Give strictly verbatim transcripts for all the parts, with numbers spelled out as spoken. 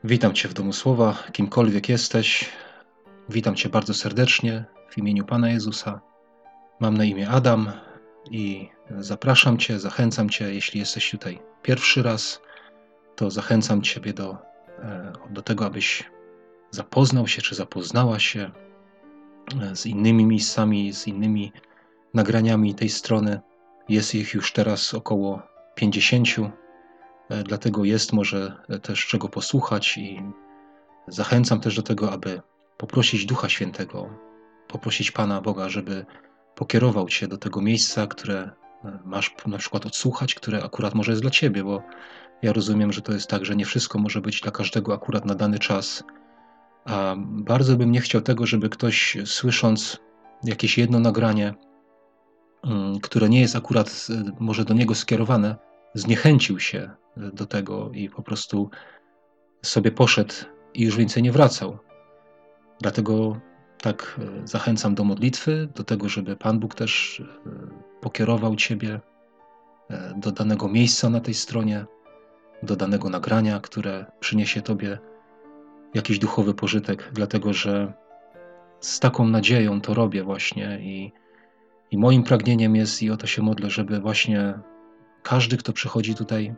Witam Cię w Domu Słowa, kimkolwiek jesteś. Witam Cię bardzo serdecznie w imieniu Pana Jezusa. Mam na imię Adam i zapraszam Cię, zachęcam Cię, jeśli jesteś tutaj pierwszy raz, to zachęcam Ciebie do, do tego, abyś zapoznał się czy zapoznała się z innymi miejscami, z innymi nagraniami tej strony. Jest ich już teraz około pięćdziesięciu, dlatego jest może też czego posłuchać i zachęcam też do tego, aby poprosić Ducha Świętego, poprosić Pana Boga, żeby pokierował Cię do tego miejsca, które masz na przykład odsłuchać, które akurat może jest dla Ciebie, bo ja rozumiem, że to jest tak, że nie wszystko może być dla każdego akurat na dany czas, a bardzo bym nie chciał tego, żeby ktoś, słysząc jakieś jedno nagranie, które nie jest akurat może do niego skierowane, zniechęcił się do tego i po prostu sobie poszedł i już więcej nie wracał. Dlatego tak zachęcam do modlitwy, do tego, żeby Pan Bóg też pokierował Ciebie do danego miejsca na tej stronie, do danego nagrania, które przyniesie Tobie jakiś duchowy pożytek, dlatego że z taką nadzieją to robię właśnie i, i moim pragnieniem jest, i o to się modlę, żeby właśnie każdy, kto przychodzi tutaj,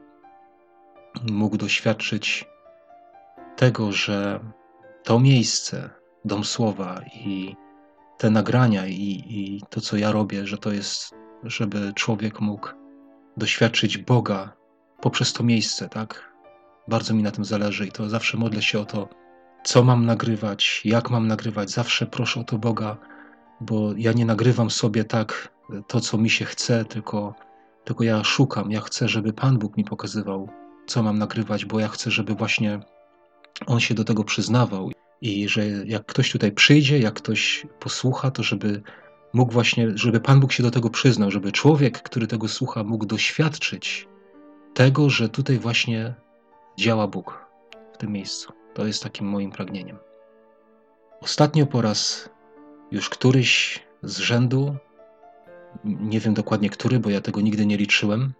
mógł doświadczyć tego, że to miejsce, Dom Słowa i te nagrania i, i to, co ja robię, że to jest, żeby człowiek mógł doświadczyć Boga poprzez to miejsce, tak? Bardzo mi na tym zależy i to zawsze modlę się o to, co mam nagrywać, jak mam nagrywać. Zawsze proszę o to Boga, bo ja nie nagrywam sobie tak to, co mi się chce, tylko, tylko ja szukam. Ja chcę, żeby Pan Bóg mi pokazywał, co mam nagrywać, bo ja chcę, żeby właśnie On się do tego przyznawał i że jak ktoś tutaj przyjdzie, jak ktoś posłucha, to żeby mógł właśnie, żeby Pan Bóg się do tego przyznał, żeby człowiek, który tego słucha, mógł doświadczyć tego, że tutaj właśnie działa Bóg w tym miejscu. To jest takim moim pragnieniem. Ostatnio po raz już któryś z rzędu, nie wiem dokładnie który, bo ja tego nigdy nie liczyłem,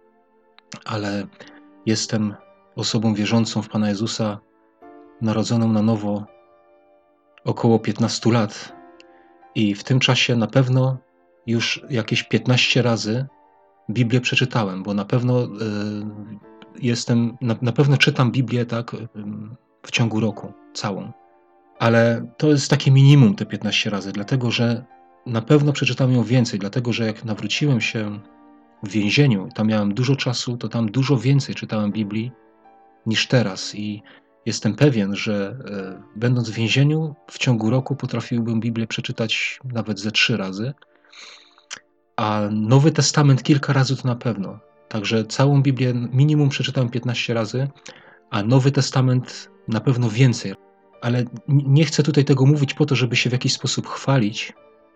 ale jestem osobą wierzącą w Pana Jezusa, narodzoną na nowo około piętnastu lat i w tym czasie na pewno już jakieś piętnaście razy Biblię przeczytałem, bo na pewno y, jestem, na, na pewno czytam Biblię tak y, w ciągu roku całą, ale to jest takie minimum te piętnaście razy, dlatego że na pewno przeczytałem ją więcej, dlatego że jak nawróciłem się w więzieniu, tam miałem dużo czasu, to tam dużo więcej czytałem Biblii niż teraz i jestem pewien, że e, będąc w więzieniu w ciągu roku potrafiłbym Biblię przeczytać nawet ze trzy razy, a Nowy Testament kilka razy to na pewno. Także całą Biblię minimum przeczytałem piętnaście razy, a Nowy Testament na pewno więcej. Ale nie chcę tutaj tego mówić po to, żeby się w jakiś sposób chwalić,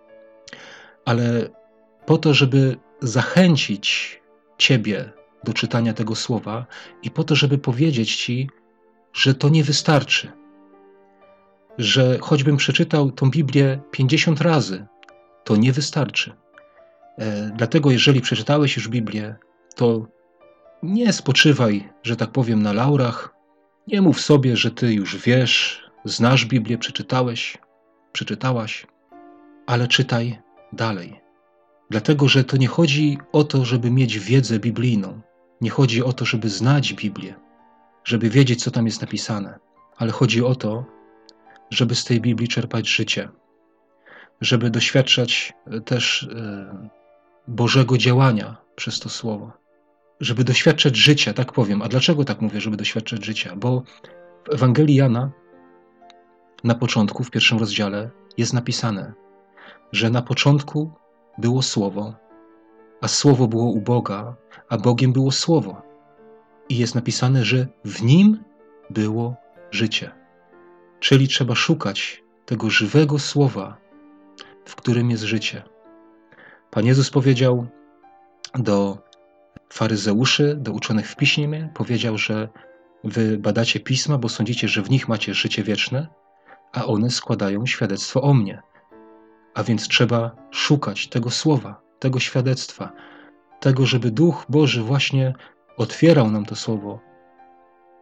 ale po to, żeby zachęcić Ciebie do czytania tego słowa i po to, żeby powiedzieć Ci, że to nie wystarczy. Że choćbym przeczytał tą Biblię pięćdziesiąt razy, to nie wystarczy. E, dlatego jeżeli przeczytałeś już Biblię, to nie spoczywaj, że tak powiem, na laurach. Nie mów sobie, że ty już wiesz, znasz Biblię, przeczytałeś, przeczytałaś, ale czytaj dalej. Dlatego, że to nie chodzi o to, żeby mieć wiedzę biblijną. Nie chodzi o to, żeby znać Biblię, żeby wiedzieć, co tam jest napisane, ale chodzi o to, żeby z tej Biblii czerpać życie, żeby doświadczać też Bożego działania przez to słowo, żeby doświadczać życia, tak powiem. A dlaczego tak mówię, żeby doświadczać życia? Bo w Ewangelii Jana na początku, w pierwszym rozdziale jest napisane, że na początku było Słowo, a Słowo było u Boga, a Bogiem było Słowo. I jest napisane, że w Nim było życie. Czyli trzeba szukać tego żywego Słowa, w którym jest życie. Pan Jezus powiedział do faryzeuszy, do uczonych w Piśmie, powiedział, że wy badacie Pisma, bo sądzicie, że w nich macie życie wieczne, a one składają świadectwo o mnie. A więc trzeba szukać tego Słowa, tego świadectwa, tego, żeby Duch Boży właśnie otwierał nam to Słowo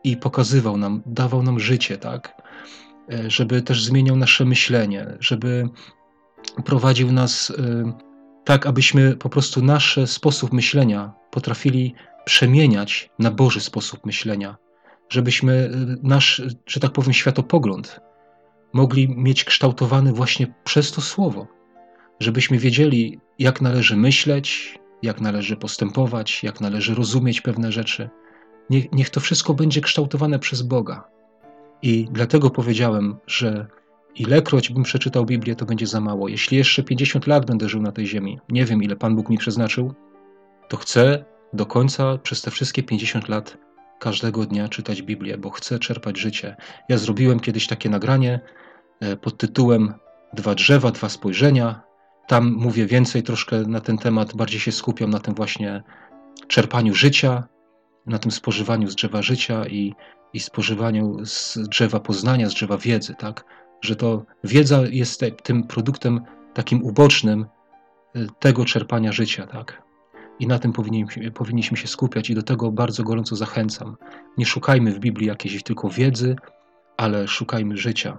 i pokazywał nam, dawał nam życie, tak? Żeby też zmieniał nasze myślenie, żeby prowadził nas tak, abyśmy po prostu nasz sposób myślenia potrafili przemieniać na Boży sposób myślenia, żebyśmy nasz, że tak powiem, światopogląd mogli mieć kształtowany właśnie przez to Słowo, żebyśmy wiedzieli, jak należy myśleć, jak należy postępować, jak należy rozumieć pewne rzeczy. Niech, niech to wszystko będzie kształtowane przez Boga. I dlatego powiedziałem, że ilekroć bym przeczytał Biblię, to będzie za mało. Jeśli jeszcze pięćdziesiąt lat będę żył na tej ziemi, nie wiem, ile Pan Bóg mi przeznaczył, to chcę do końca, przez te wszystkie pięćdziesiąt lat, każdego dnia czytać Biblię, bo chcę czerpać życie. Ja zrobiłem kiedyś takie nagranie pod tytułem Dwa drzewa, dwa spojrzenia. Tam mówię więcej troszkę na ten temat, bardziej się skupiam na tym właśnie czerpaniu życia, na tym spożywaniu z drzewa życia i, i spożywaniu z drzewa poznania, z drzewa wiedzy, tak? Że to wiedza jest tym produktem takim ubocznym tego czerpania życia, tak? I na tym powinniśmy, powinniśmy się skupiać i do tego bardzo gorąco zachęcam. Nie szukajmy w Biblii jakiejś tylko wiedzy, ale szukajmy życia.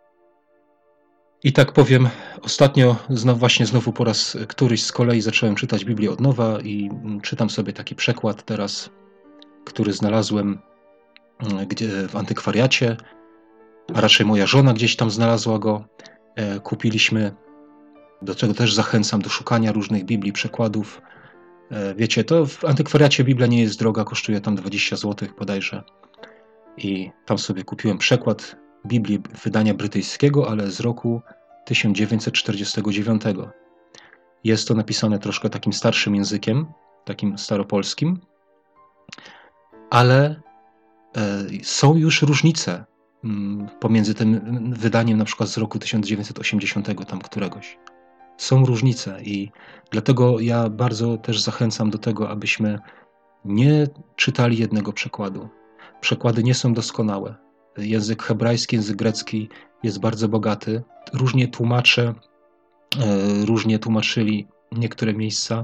I tak powiem, ostatnio znowu, właśnie znowu po raz któryś z kolei zacząłem czytać Biblię od nowa i czytam sobie taki przekład teraz, który znalazłem gdzie, w antykwariacie, a raczej moja żona gdzieś tam znalazła go. Kupiliśmy, do czego też zachęcam, do szukania różnych Biblii, przekładów. Wiecie, to w antykwariacie Biblia nie jest droga, kosztuje tam dwadzieścia złotych bodajże. I tam sobie kupiłem przekład Biblii wydania brytyjskiego, ale z roku tysiąc dziewięćset czterdziestego dziewiątego. Jest to napisane troszkę takim starszym językiem, takim staropolskim, ale są już różnice pomiędzy tym wydaniem na przykład z roku tysiąc dziewięćset osiemdziesiątego tam któregoś. Są różnice i dlatego ja bardzo też zachęcam do tego, abyśmy nie czytali jednego przekładu. Przekłady nie są doskonałe. Język hebrajski, język grecki jest bardzo bogaty. Różnie tłumacze, różnie tłumaczyli niektóre miejsca.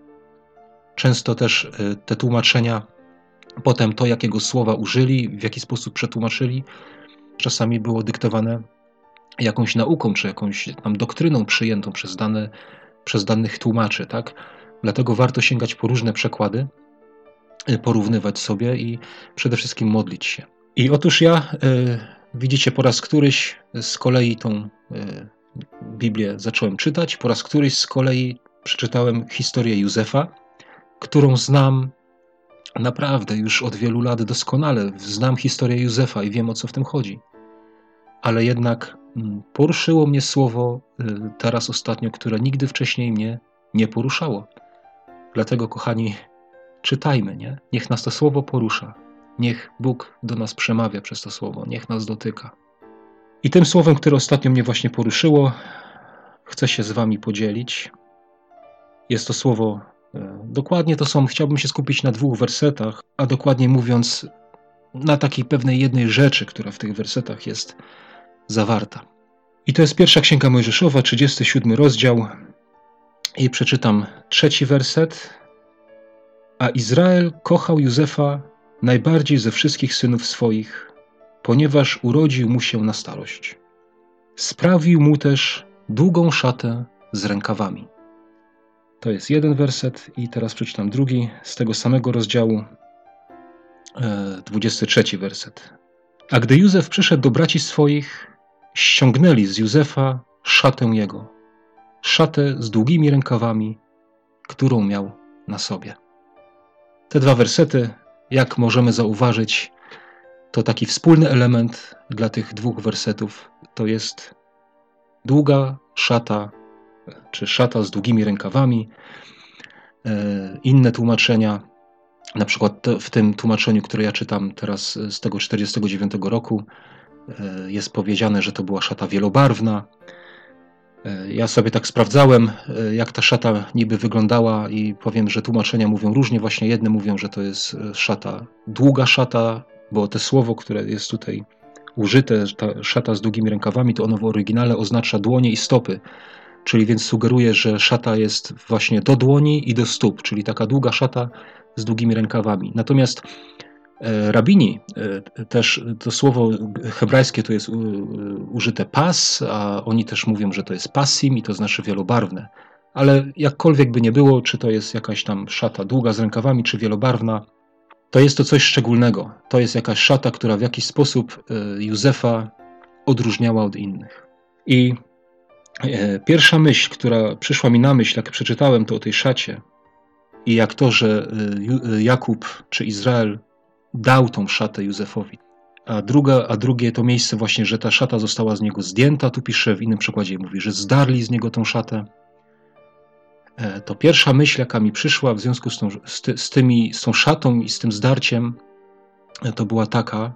Często też te tłumaczenia, potem to, jakiego słowa użyli, w jaki sposób przetłumaczyli, czasami było dyktowane jakąś nauką, czy jakąś tam doktryną przyjętą przez, dane, przez danych tłumaczy, tak? Dlatego warto sięgać po różne przekłady, porównywać sobie i przede wszystkim modlić się. I otóż ja, y, widzicie, po raz któryś z kolei tą y, Biblię zacząłem czytać, po raz któryś z kolei przeczytałem historię Józefa, którą znam naprawdę już od wielu lat doskonale. Znam historię Józefa i wiem, o co w tym chodzi. Ale jednak poruszyło mnie słowo teraz ostatnio, które nigdy wcześniej mnie nie poruszało. Dlatego, kochani, czytajmy, nie? Niech nas to słowo porusza. Niech Bóg do nas przemawia przez to słowo. Niech nas dotyka. I tym słowem, które ostatnio mnie właśnie poruszyło, chcę się z wami podzielić. Jest to słowo, dokładnie to są, chciałbym się skupić na dwóch wersetach, a dokładnie mówiąc na takiej pewnej jednej rzeczy, która w tych wersetach jest zawarta. I to jest pierwsza Księga Mojżeszowa, trzydziesty siódmy rozdział i przeczytam trzeci werset. A Izrael kochał Józefa najbardziej ze wszystkich synów swoich, ponieważ urodził mu się na starość. Sprawił mu też długą szatę z rękawami. To jest jeden werset i teraz przeczytam drugi z tego samego rozdziału, dwudziesty trzeci werset. A gdy Józef przyszedł do braci swoich, ściągnęli z Józefa szatę jego, szatę z długimi rękawami, którą miał na sobie. Te dwa wersety, jak możemy zauważyć, to taki wspólny element dla tych dwóch wersetów. To jest długa szata, czy szata z długimi rękawami. Inne tłumaczenia, na przykład w tym tłumaczeniu, które ja czytam teraz z tego czterdziestego dziewiątego roku, jest powiedziane, że to była szata wielobarwna. Ja sobie tak sprawdzałem, jak ta szata niby wyglądała i powiem, że tłumaczenia mówią różnie. Właśnie jedne mówią, że to jest szata, długa szata, bo to słowo, które jest tutaj użyte, ta szata z długimi rękawami, to ono w oryginale oznacza dłonie i stopy. Czyli więc sugeruje, że szata jest właśnie do dłoni i do stóp, czyli taka długa szata z długimi rękawami. Natomiast Rabini, też to słowo hebrajskie to jest użyte pas, a oni też mówią, że to jest pasim i to znaczy wielobarwne. Ale jakkolwiek by nie było, czy to jest jakaś tam szata długa z rękawami, czy wielobarwna, to jest to coś szczególnego. To jest jakaś szata, która w jakiś sposób Józefa odróżniała od innych. I pierwsza myśl, która przyszła mi na myśl, jak przeczytałem to o tej szacie i jak to, że Jakub czy Izrael dał tą szatę Józefowi. A, druga, a drugie to miejsce właśnie, że ta szata została z niego zdjęta. Tu pisze, w innym przykładzie mówi, że zdarli z niego tą szatę. To pierwsza myśl, jaka mi przyszła w związku z tą, z, ty, z, tymi, z tą szatą i z tym zdarciem, to była taka,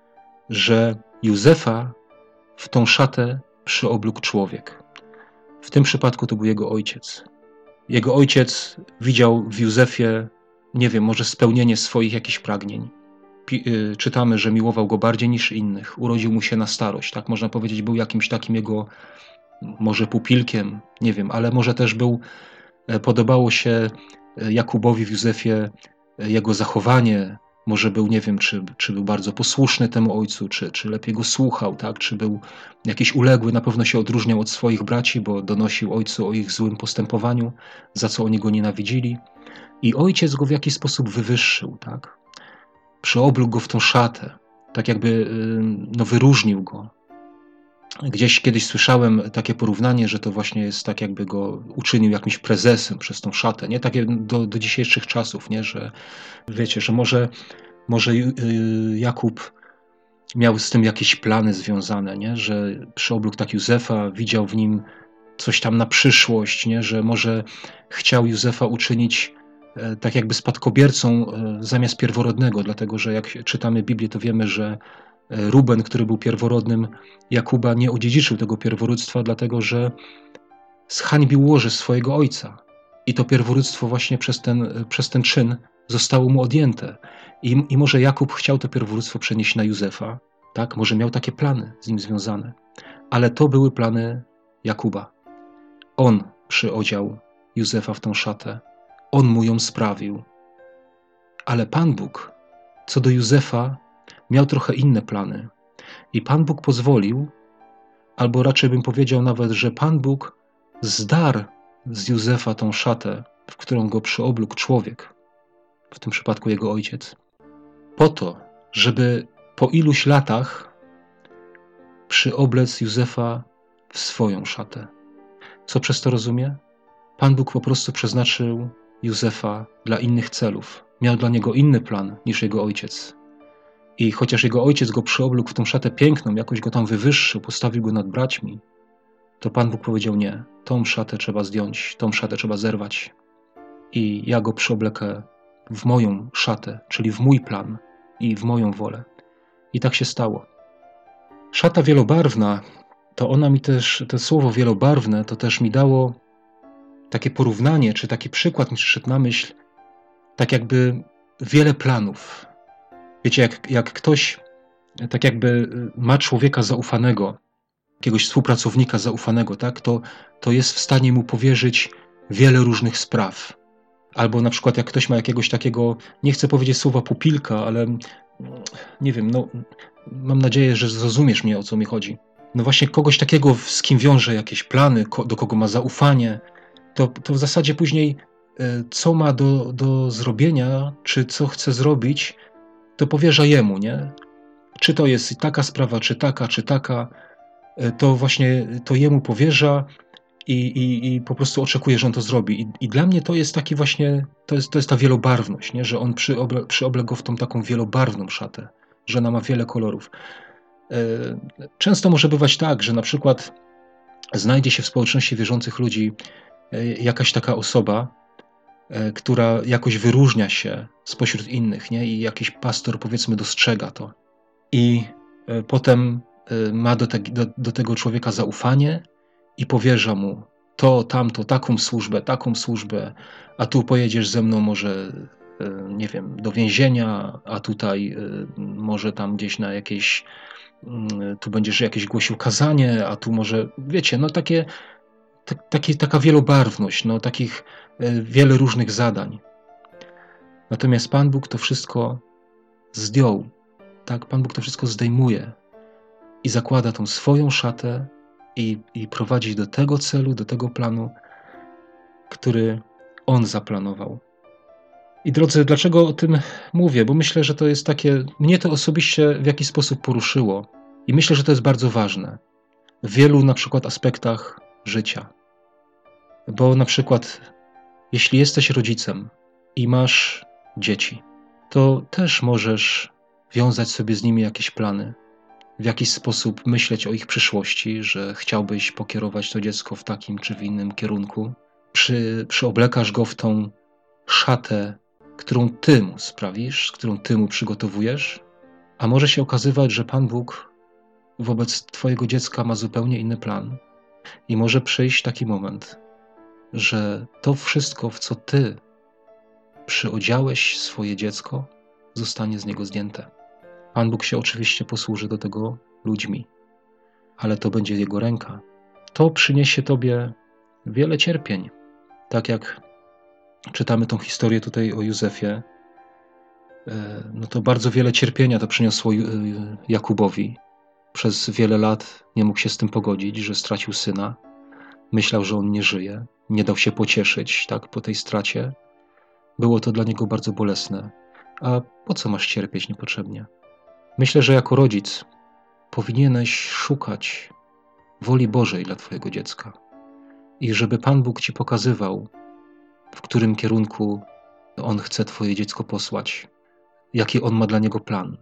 że Józefa w tą szatę przyoblógł człowiek. W tym przypadku to był jego ojciec. Jego ojciec widział w Józefie, nie wiem, może spełnienie swoich jakichś pragnień. Czytamy, że miłował go bardziej niż innych. Urodził mu się na starość, tak można powiedzieć, był jakimś takim jego może pupilkiem, nie wiem, ale może też był, podobało się Jakubowi w Józefie jego zachowanie, może był, nie wiem, czy, czy był bardzo posłuszny temu ojcu, czy, czy lepiej go słuchał, tak, czy był jakiś uległy, na pewno się odróżniał od swoich braci, bo donosił ojcu o ich złym postępowaniu, za co oni go nienawidzili. I ojciec go w jakiś sposób wywyższył, tak. Przyoblógł go w tą szatę, tak jakby no, wyróżnił go. Gdzieś kiedyś słyszałem takie porównanie, że to właśnie jest tak, jakby go uczynił jakimś prezesem przez tą szatę, nie? Takie do, do dzisiejszych czasów, nie? Że wiecie, że może, może Jakub miał z tym jakieś plany związane, nie? Że przyoblógł tak Józefa, widział w nim coś tam na przyszłość, nie? Że może chciał Józefa uczynić tak jakby spadkobiercą zamiast pierworodnego, dlatego że jak czytamy Biblię, to wiemy, że Ruben, który był pierworodnym Jakuba, nie odziedziczył tego pierworództwa, dlatego że zhańbił łoże swojego ojca. I to pierworództwo właśnie przez ten, przez ten czyn zostało mu odjęte. I, I może Jakub chciał to pierworództwo przenieść na Józefa, tak? Może miał takie plany z nim związane. Ale to były plany Jakuba. On przyodział Józefa w tą szatę. On mu ją sprawił. Ale Pan Bóg, co do Józefa, miał trochę inne plany. I Pan Bóg pozwolił, albo raczej bym powiedział nawet, że Pan Bóg zdarł z Józefa tą szatę, w którą go przyoblógł człowiek, w tym przypadku jego ojciec, po to, żeby po iluś latach przyoblec Józefa w swoją szatę. Co przez to rozumie? Pan Bóg po prostu przeznaczył Józefa dla innych celów. Miał dla niego inny plan niż jego ojciec. I chociaż jego ojciec go przyoblógł w tą szatę piękną, jakoś go tam wywyższył, postawił go nad braćmi, to Pan Bóg powiedział nie, tą szatę trzeba zdjąć, tą szatę trzeba zerwać. I ja go przyoblekę w moją szatę, czyli w mój plan i w moją wolę. I tak się stało. Szata wielobarwna, to ona mi też, to słowo wielobarwne, to też mi dało takie porównanie, czy taki przykład mi przyszedł na myśl, tak jakby wiele planów. Wiecie, jak, jak ktoś tak jakby ma człowieka zaufanego, jakiegoś współpracownika zaufanego, tak, to, to jest w stanie mu powierzyć wiele różnych spraw. Albo na przykład jak ktoś ma jakiegoś takiego, nie chcę powiedzieć słowa pupilka, ale nie wiem, no mam nadzieję, że zrozumiesz mnie, o co mi chodzi. No właśnie kogoś takiego, z kim wiąże jakieś plany, do kogo ma zaufanie, to, to w zasadzie później co ma do, do zrobienia, czy co chce zrobić, to powierza jemu, nie? Czy to jest taka sprawa, czy taka, czy taka, to właśnie to jemu powierza i, i, i po prostu oczekuje, że on to zrobi. I, i dla mnie to jest taki właśnie, to jest, to jest ta wielobarwność, nie? Że on przyoble, przyobległ go w tą taką wielobarwną szatę, że ona ma wiele kolorów. Często może bywać tak, że na przykład znajdzie się w społeczności wierzących ludzi jakaś taka osoba, która jakoś wyróżnia się spośród innych, nie? I jakiś pastor, powiedzmy, dostrzega to. I potem ma do, te, do, do tego człowieka zaufanie i powierza mu to, tamto, taką służbę, taką służbę, a tu pojedziesz ze mną może, nie wiem, do więzienia, a tutaj może tam gdzieś na jakieś, tu będziesz jakieś głosił kazanie, a tu może, wiecie, no takie, takie taka wielobarwność, no takich wiele różnych zadań. Natomiast Pan Bóg to wszystko zdjął. Tak, Pan Bóg to wszystko zdejmuje i zakłada tą swoją szatę i, i prowadzi do tego celu, do tego planu, który On zaplanował. I drodzy, dlaczego o tym mówię? Bo myślę, że to jest takie, mnie to osobiście w jakiś sposób poruszyło i myślę, że to jest bardzo ważne w wielu na przykład aspektach życia. Bo na przykład jeśli jesteś rodzicem i masz dzieci, to też możesz wiązać sobie z nimi jakieś plany, w jakiś sposób myśleć o ich przyszłości, że chciałbyś pokierować to dziecko w takim czy w innym kierunku. Przy, przyoblekasz go w tą szatę, którą ty mu sprawisz, którą ty mu przygotowujesz, a może się okazywać, że Pan Bóg wobec twojego dziecka ma zupełnie inny plan i może przyjść taki moment, że to wszystko, w co ty przyodziałeś swoje dziecko, zostanie z niego zdjęte. Pan Bóg się oczywiście posłuży do tego ludźmi, ale to będzie Jego ręka. To przyniesie tobie wiele cierpień. Tak jak czytamy tą historię tutaj o Józefie, no to bardzo wiele cierpienia to przyniosło Jakubowi. Przez wiele lat nie mógł się z tym pogodzić, że stracił syna. Myślał, że on nie żyje. Nie dał się pocieszyć tak, po tej stracie. Było to dla niego bardzo bolesne. A po co masz cierpieć niepotrzebnie? Myślę, że jako rodzic powinieneś szukać woli Bożej dla twojego dziecka i żeby Pan Bóg ci pokazywał, w którym kierunku On chce twoje dziecko posłać, jaki On ma dla niego plan.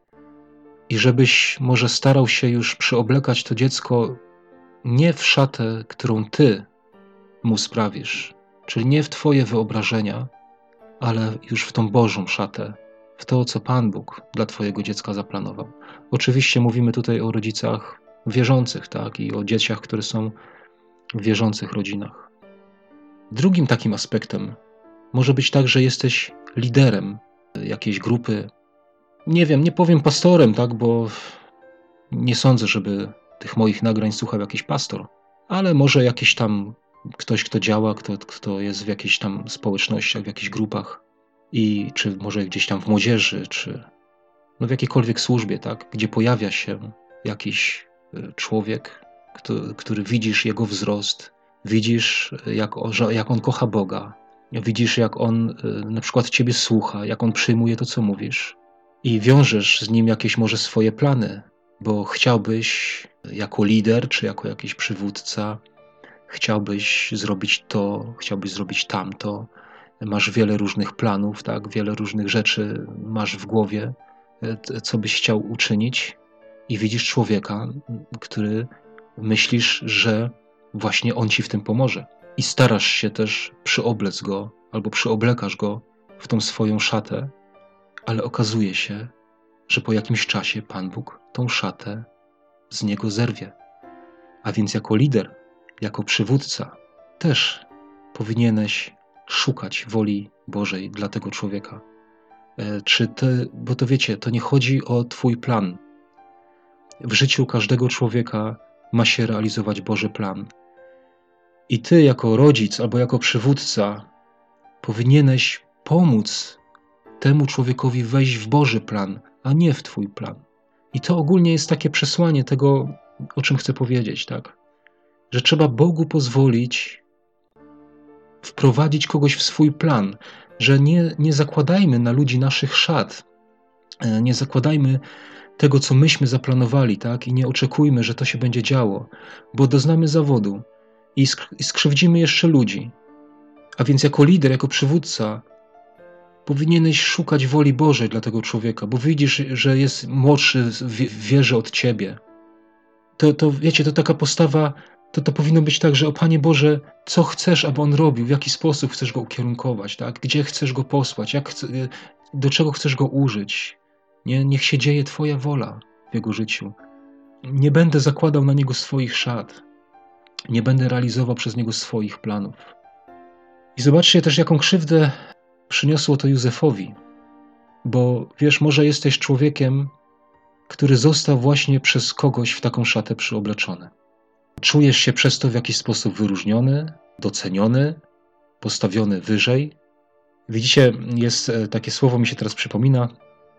I żebyś może starał się już przyoblekać to dziecko nie w szatę, którą ty mu sprawisz, czyli nie w twoje wyobrażenia, ale już w tą Bożą szatę, w to, co Pan Bóg dla twojego dziecka zaplanował. Oczywiście mówimy tutaj o rodzicach wierzących, tak, i o dzieciach, które są w wierzących rodzinach. Drugim takim aspektem może być tak, że jesteś liderem jakiejś grupy. Nie wiem, nie powiem pastorem, tak, bo nie sądzę, żeby tych moich nagrań słuchał jakiś pastor, ale może jakiś tam ktoś, kto działa, kto, kto jest w jakichś tam społecznościach, w jakichś grupach i czy może gdzieś tam w młodzieży, czy no w jakiejkolwiek służbie, tak, gdzie pojawia się jakiś człowiek, który, który widzisz jego wzrost, widzisz jak, jak on kocha Boga, widzisz jak on na przykład ciebie słucha, jak on przyjmuje to, co mówisz i wiążesz z nim jakieś może swoje plany, bo chciałbyś jako lider, czy jako jakiś przywódca, chciałbyś zrobić to, chciałbyś zrobić tamto, masz wiele różnych planów, tak, wiele różnych rzeczy masz w głowie, co byś chciał uczynić i widzisz człowieka, który myślisz, że właśnie on ci w tym pomoże i starasz się też przyoblec go albo przyoblekasz go w tą swoją szatę, ale okazuje się, że po jakimś czasie Pan Bóg tą szatę z niego zerwie. A więc jako lider, jako przywódca też powinieneś szukać woli Bożej dla tego człowieka. Czy ty, bo to wiecie, to nie chodzi o twój plan. W życiu każdego człowieka ma się realizować Boży plan. I ty jako rodzic albo jako przywódca powinieneś pomóc temu człowiekowi wejść w Boży plan, a nie w twój plan. I to ogólnie jest takie przesłanie tego, o czym chcę powiedzieć, tak? Że trzeba Bogu pozwolić wprowadzić kogoś w swój plan, że nie, nie zakładajmy na ludzi naszych szat, nie zakładajmy tego, co myśmy zaplanowali, tak? I nie oczekujmy, że to się będzie działo, bo doznamy zawodu i, sk- i skrzywdzimy jeszcze ludzi. A więc jako lider, jako przywódca powinieneś szukać woli Bożej dla tego człowieka, bo widzisz, że jest młodszy w wierze od ciebie. To, to wiecie, to taka postawa, to, to powinno być tak, że o Panie Boże, co chcesz, aby on robił, w jaki sposób chcesz go ukierunkować, tak? Gdzie chcesz go posłać, jak, do czego chcesz go użyć. Nie? Niech się dzieje Twoja wola w jego życiu. Nie będę zakładał na niego swoich szat. Nie będę realizował przez niego swoich planów. I zobaczcie też, jaką krzywdę przyniosło to Józefowi. Bo wiesz, może jesteś człowiekiem, który został właśnie przez kogoś w taką szatę przyobleczony. Czujesz się przez to w jakiś sposób wyróżniony, doceniony, postawiony wyżej. Widzicie, jest takie słowo, mi się teraz przypomina,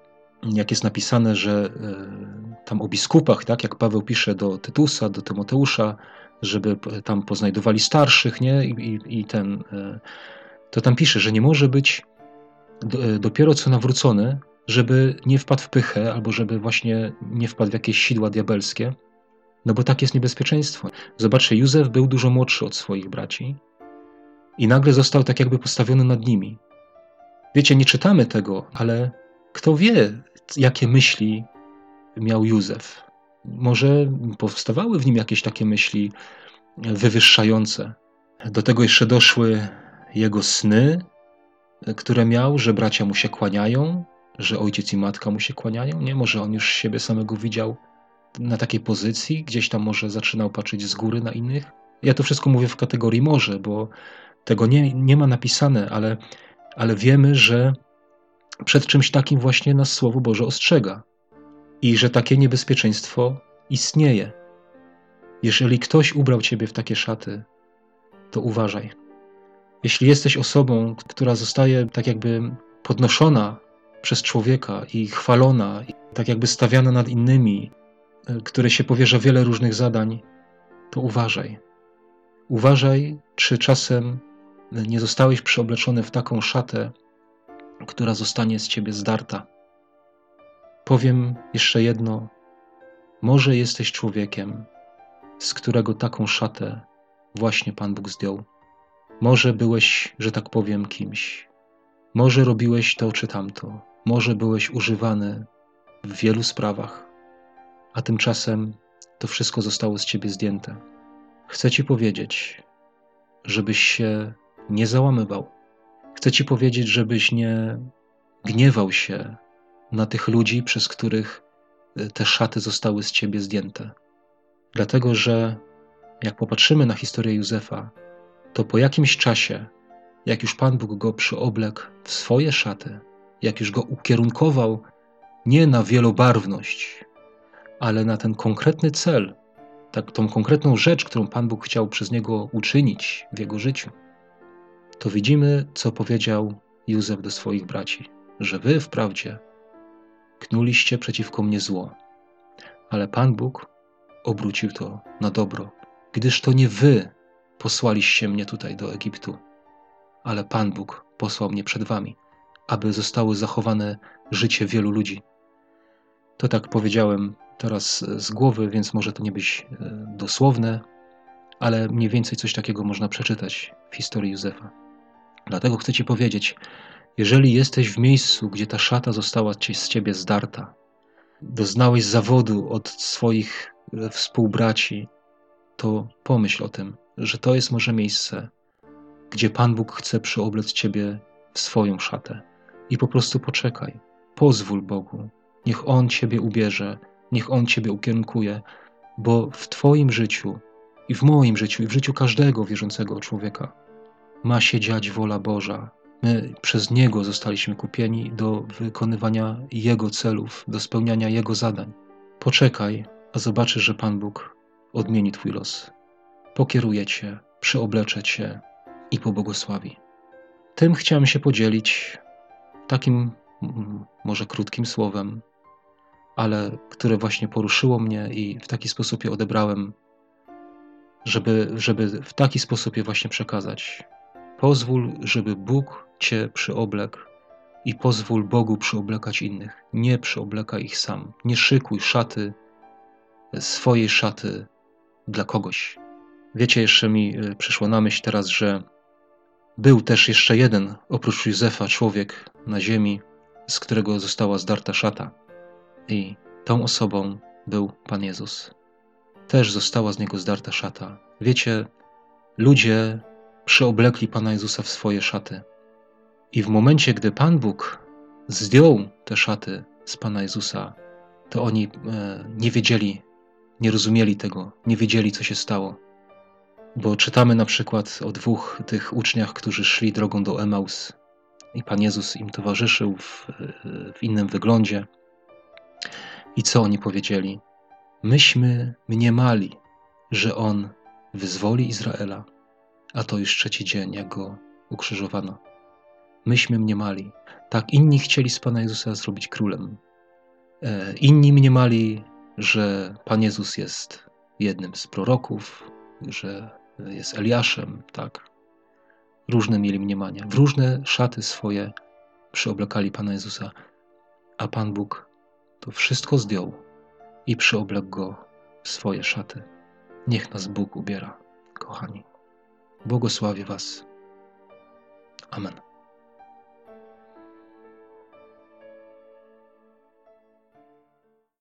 jak jest napisane, że tam o biskupach, tak, jak Paweł pisze do Tytusa, do Tymoteusza, żeby tam poznajdowali starszych, nie, i, i, i ten, to tam pisze, że nie może być dopiero co nawrócony, żeby nie wpadł w pychę, albo żeby właśnie nie wpadł w jakieś sidła diabelskie, no bo tak jest niebezpieczeństwo. Zobaczcie, Józef był dużo młodszy od swoich braci i nagle został tak jakby postawiony nad nimi. Wiecie, nie czytamy tego, ale kto wie, jakie myśli miał Józef. Może powstawały w nim jakieś takie myśli wywyższające. Do tego jeszcze doszły jego sny, które miał, że bracia mu się kłaniają, że ojciec i matka mu się kłaniają. Nie, może on już siebie samego widział na takiej pozycji, gdzieś tam może zaczynał patrzeć z góry na innych. Ja to wszystko mówię w kategorii może, bo tego nie, nie ma napisane, ale, ale wiemy, że przed czymś takim właśnie nas Słowo Boże ostrzega i że takie niebezpieczeństwo istnieje. Jeżeli ktoś ubrał ciebie w takie szaty, to uważaj. Jeśli jesteś osobą, która zostaje tak jakby podnoszona przez człowieka i chwalona, i tak jakby stawiana nad innymi, które się powierza wiele różnych zadań, to uważaj. Uważaj, czy czasem nie zostałeś przeobleczony w taką szatę, która zostanie z ciebie zdarta. Powiem jeszcze jedno. Może jesteś człowiekiem, z którego taką szatę właśnie Pan Bóg zdjął. Może byłeś, że tak powiem, kimś. Może robiłeś to czy tamto. Może byłeś używany w wielu sprawach, a tymczasem to wszystko zostało z ciebie zdjęte. Chcę ci powiedzieć, żebyś się nie załamywał. Chcę ci powiedzieć, żebyś nie gniewał się na tych ludzi, przez których te szaty zostały z ciebie zdjęte. Dlatego, że jak popatrzymy na historię Józefa, to po jakimś czasie, jak już Pan Bóg go przyoblekł w swoje szaty, jak już go ukierunkował nie na wielobarwność, ale na ten konkretny cel, tak, tą konkretną rzecz, którą Pan Bóg chciał przez niego uczynić w jego życiu, to widzimy, co powiedział Józef do swoich braci, że wy wprawdzie knuliście przeciwko mnie zło, ale Pan Bóg obrócił to na dobro, gdyż to nie wy posłaliście mnie tutaj do Egiptu, ale Pan Bóg posłał mnie przed wami, aby zostało zachowane życie wielu ludzi. To tak powiedziałem teraz z głowy, więc może to nie być dosłowne, ale mniej więcej coś takiego można przeczytać w historii Józefa. Dlatego chcę ci powiedzieć, jeżeli jesteś w miejscu, gdzie ta szata została z ciebie zdarta, doznałeś zawodu od swoich współbraci, to pomyśl o tym, że to jest może miejsce, gdzie Pan Bóg chce przyoblec ciebie w swoją szatę. I po prostu poczekaj. Pozwól Bogu. Niech On ciebie ubierze, niech On ciebie ukierunkuje, bo w twoim życiu i w moim życiu i w życiu każdego wierzącego człowieka ma się dziać wola Boża. My przez Niego zostaliśmy kupieni do wykonywania Jego celów, do spełniania Jego zadań. Poczekaj, a zobaczysz, że Pan Bóg odmieni twój los. Pokieruje cię, przyoblecze cię i pobłogosławi. Tym chciałem się podzielić, takim może krótkim słowem, ale które właśnie poruszyło mnie i w taki sposób je odebrałem, żeby, żeby w taki sposób je właśnie przekazać. Pozwól, żeby Bóg cię przyoblekł i pozwól Bogu przyoblekać innych. Nie przyoblekaj ich sam. Nie szykuj szaty, swojej szaty dla kogoś. Wiecie, jeszcze mi przyszło na myśl teraz, że był też jeszcze jeden, oprócz Józefa, człowiek na ziemi, z którego została zdarta szata. I tą osobą był Pan Jezus. Też została z niego zdarta szata. Wiecie, ludzie przyoblekli Pana Jezusa w swoje szaty. I w momencie, gdy Pan Bóg zdjął te szaty z Pana Jezusa, to oni e, nie wiedzieli, nie rozumieli tego, nie wiedzieli, co się stało. Bo czytamy na przykład o dwóch tych uczniach, którzy szli drogą do Emaus i Pan Jezus im towarzyszył w, w innym wyglądzie. I co oni powiedzieli? Myśmy mniemali, że On wyzwoli Izraela, a to już trzeci dzień, jak Go ukrzyżowano. Myśmy mniemali. Tak inni chcieli z Pana Jezusa zrobić królem. Inni mniemali, że Pan Jezus jest jednym z proroków, że jest Eliaszem, tak. Różne mieli mniemania. W różne szaty swoje przyoblekali Pana Jezusa, a Pan Bóg to wszystko zdjął i przyoblekł Go w swoje szaty. Niech nas Bóg ubiera, kochani. Błogosławię Was. Amen.